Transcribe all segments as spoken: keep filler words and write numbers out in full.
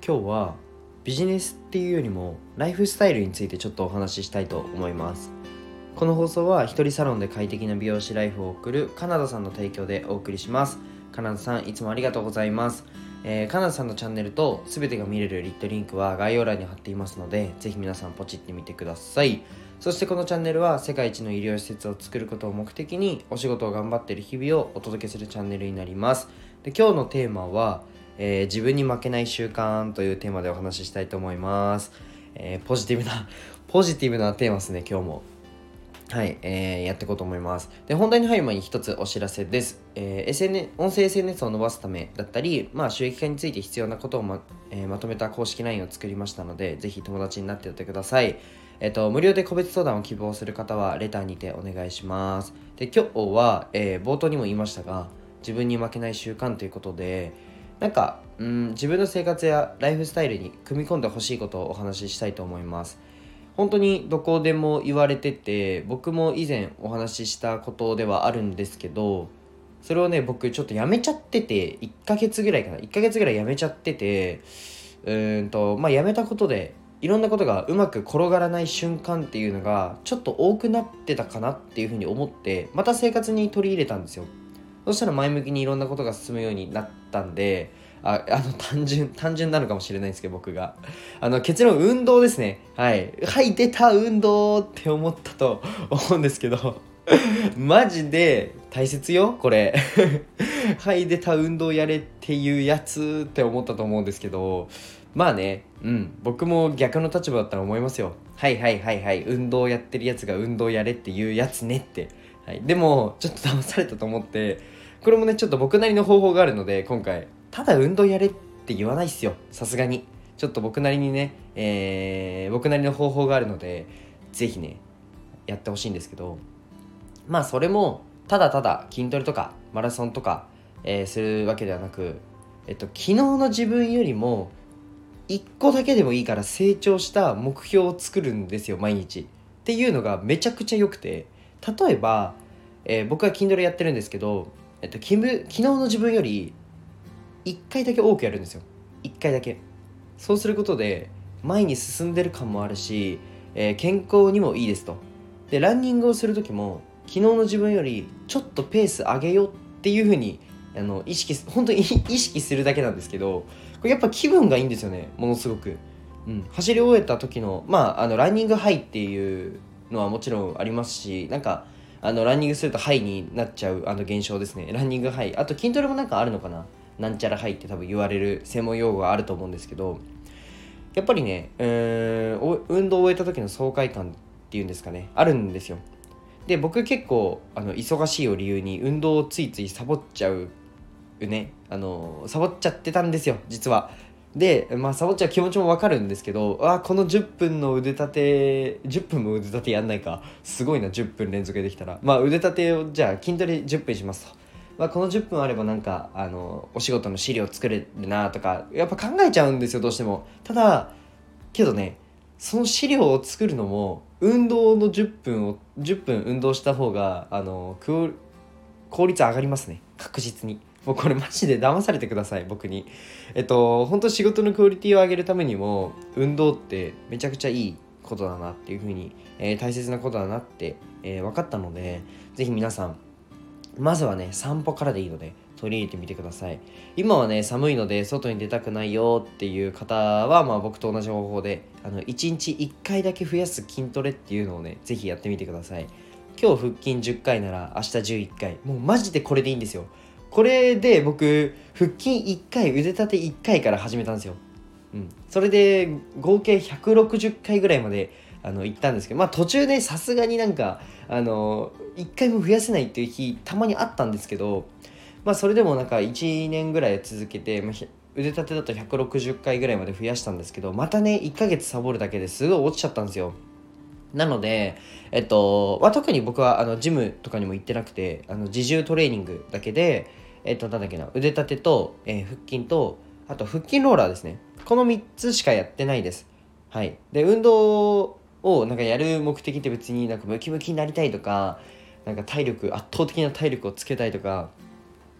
今日はビジネスっていうよりもライフスタイルについてちょっとお話ししたいと思います。この放送は一人サロンで快適な美容師ライフを送るカナダさんの提供でお送りします。カナダさんいつもありがとうございます。えー、カナダさんのチャンネルと全てが見れるリットリンクは概要欄に貼っていますので、ぜひ皆さんポチってみてください。そしてこのチャンネルは世界一の医療施設を作ることを目的にお仕事を頑張っている日々をお届けするチャンネルになります。で、今日のテーマはえー、自分に負けない習慣というテーマでお話ししたいと思います。えー、ポジティブなポジティブなテーマですね、今日も。はい、えー、やっていこうと思います。で、本題に入る前に一つお知らせです。えー、エスエヌエス 音声 エスエヌエス を伸ばすためだったり、まあ、収益化について必要なことを ま,、えー、まとめた公式 ライン を作りましたので、ぜひ友達になってやってください。えっと、無料で個別相談を希望する方はレターにてお願いします。で、今日は、えー、冒頭にも言いましたが、自分に負けない習慣ということで、なんか、うん、自分の生活やライフスタイルに組み込んでほしいことをお話ししたいと思います。本当にどこでも言われてて、僕も以前お話ししたことではあるんですけど、それをね、僕ちょっとやめちゃってて、いっかげつぐらいかな、いっかげつぐらいやめちゃってて、うーんと、まあやめたことで、いろんなことがうまく転がらない瞬間っていうのがちょっと多くなってたかなっていうふうに思って、また生活に取り入れたんですよ。そしたら前向きにいろんなことが進むようになったんで、ああの単純単純なのかもしれないですけど、僕があの結論運動ですね。はいはい出た運動って思ったと思うんですけどマジで大切よこれはい出た運動やれっていうやつって思ったと思うんですけど、まあね、うん僕も逆の立場だったら思いますよ。はいはいはいはい運動やってるやつが運動やれっていうやつねって、はい、でもちょっと騙されたと思って、これもねちょっと僕なりの方法があるので、今回ただ運動やれって言わないっすよ、さすがに。ちょっと僕なりにね、えー、僕なりの方法があるので、ぜひねやってほしいんですけど、まあそれもただただ筋トレとかマラソンとか、えー、するわけではなく、えっと昨日の自分よりもいっこだけでもいいから成長した目標を作るんですよ、毎日。っていうのがめちゃくちゃ良くて、例えば、えー僕は筋トレやってるんですけど、えっと、昨日昨日の自分よりいっかいだけ多くやるんですよ。いっかいだけ。そうすることで前に進んでる感もあるし、えー健康にもいいですと。で、ランニングをする時も昨日の自分よりちょっとペース上げようっていう風にあの意識す本当に意識するだけなんですけど、これやっぱ気分がいいんですよね、ものすごく。うん、走り終えた時のまああのランニングハイっていうのはもちろんありますし、なんかあのランニングするとハイになっちゃうあの現象ですね。ランニングハイ、あと筋トレもなんかあるのかな、なんちゃらハイって多分言われる専門用語があると思うんですけど、やっぱりね、うーん運動を終えた時の爽快感っていうんですかね、あるんですよ。で、僕結構あの忙しいを理由に運動をついついサボっちゃうね、あのサボっちゃってたんですよ、実は。で、まあサボっちゃう気持ちもわかるんですけど、あこのじゅっぷんの腕立てじゅっぷんも腕立てやんないか、すごいな、じゅっぷん連続でできたら。まあ腕立てをじゃあ筋トレじゅっぷんしますと、まあ、このじゅっぷんあればなんかあのお仕事の資料作れるなとかやっぱ考えちゃうんですよ、どうしても。ただけどね、その資料を作るのも運動のじゅっぷんをじゅっぷん運動した方があのクオ効率上がりますね、確実に。もうこれマジで騙されてください、僕に。えっと本当仕事のクオリティを上げるためにも運動ってめちゃくちゃいいことだなっていう風に、えー、大切なことだなって、えー、分かったので、ぜひ皆さんまずはね散歩からでいいので取り入れてみてください。今はね寒いので外に出たくないよっていう方は、まあ僕と同じ方法であのいちにちいっかいだけ増やす筋トレっていうのをねぜひやってみてください。今日腹筋じゅっかいなら明日じゅういっかい、もうマジでこれでいいんですよ。これで僕腹筋いっかい腕立ていっかいから始めたんですよ。うん、それで合計ひゃくろくじゅっかいぐらいまであの行ったんですけど、まあ途中でさすがになんかあのいっかいも増やせないっていう日たまにあったんですけど、まあそれでもなんかいちねんぐらい続けて、まあ、腕立てだとひゃくろくじゅっかいぐらいまで増やしたんですけど、またねいっかげつサボるだけですごい落ちちゃったんですよ。なので、えっとまあ、特に僕はあのジムとかにも行ってなくて、あの自重トレーニングだけで、えっとなんだっけな、腕立てと、えー腹筋と、あと腹筋ローラーですね。このみっつしかやってないです。はい。で、運動をなんかやる目的って別になんかムキムキになりたいとか、なんか体力圧倒的な体力をつけたいとか、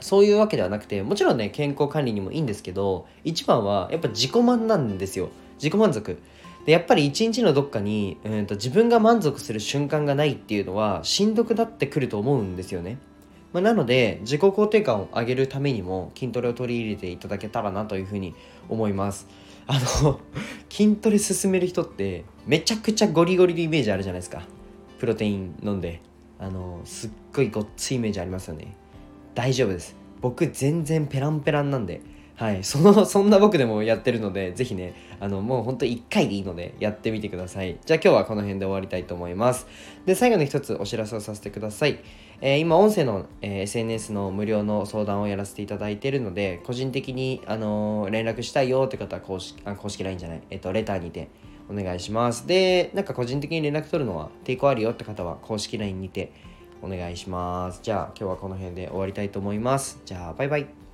そういうわけではなくて、もちろんね健康管理にもいいんですけど、一番はやっぱ自己満なんですよ。自己満足で、やっぱり一日のどっかにうんと自分が満足する瞬間がないっていうのはしんどくなってくると思うんですよね。まあ、なので自己肯定感を上げるためにも筋トレを取り入れていただけたらなというふうに思います。あの筋トレ進める人ってめちゃくちゃゴリゴリのイメージあるじゃないですか。プロテイン飲んで、あのすっごいごっついイメージありますよね。大丈夫です。僕全然ペランペランなんで、はい、そのそんな僕でもやってるので、ぜひね、あのもうほんといっかいでいいのでやってみてください。じゃあ今日はこの辺で終わりたいと思います。で、最後に一つお知らせをさせてください。えー今音声の、えー エスエヌエス の無料の相談をやらせていただいているので、個人的に、あのー連絡したいよって方は公式あ公式 ライン じゃない、えっとレターにてお願いします。で、なんか個人的に連絡取るのは抵抗あるよって方は公式 ライン にてお願いします。じゃあ今日はこの辺で終わりたいと思います。じゃあバイバイ。